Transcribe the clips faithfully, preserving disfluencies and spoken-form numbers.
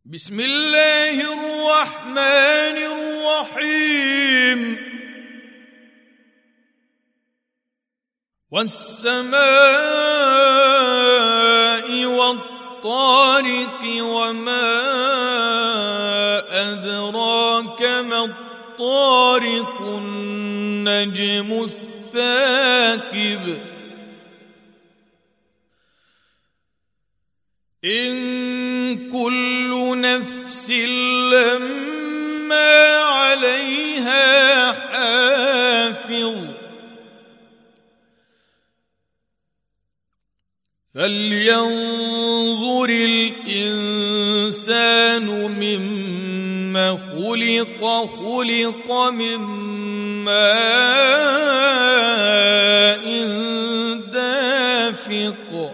بسم الله الرحمن الرحيم والسماء والطارق وما أدراك ما الطارق النجم الثاقب إن كل نفس لما عليها حافظ فلينظر الإنسان مما خلق خلق من ماء دافق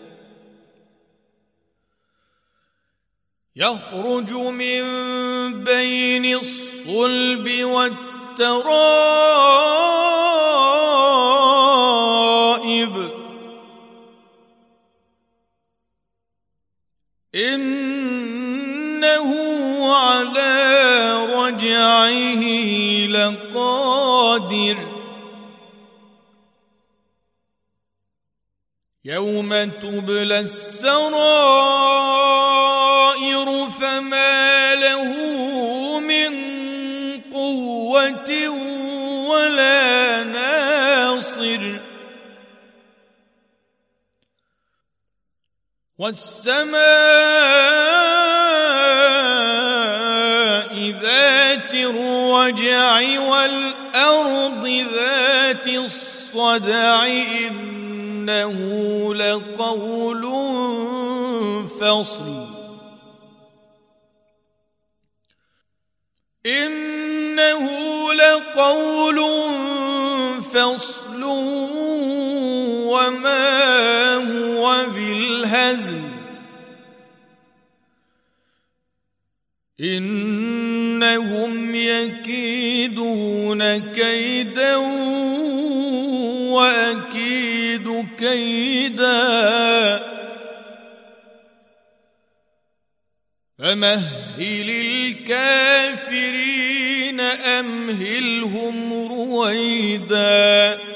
يخرج من بين الصلب والترائب إنه على رجعه لقادر يوم تبلى السرائر فما له من قوة ولا ناصر والسماء ذات الرجع والأرض ذات الصدع إنه لقول فصل إنه لقول فصل وما هو بالهزل إنهم يكيدون كيدا وأكيد كيدا فمهل الكافرين أمهلهم رويدا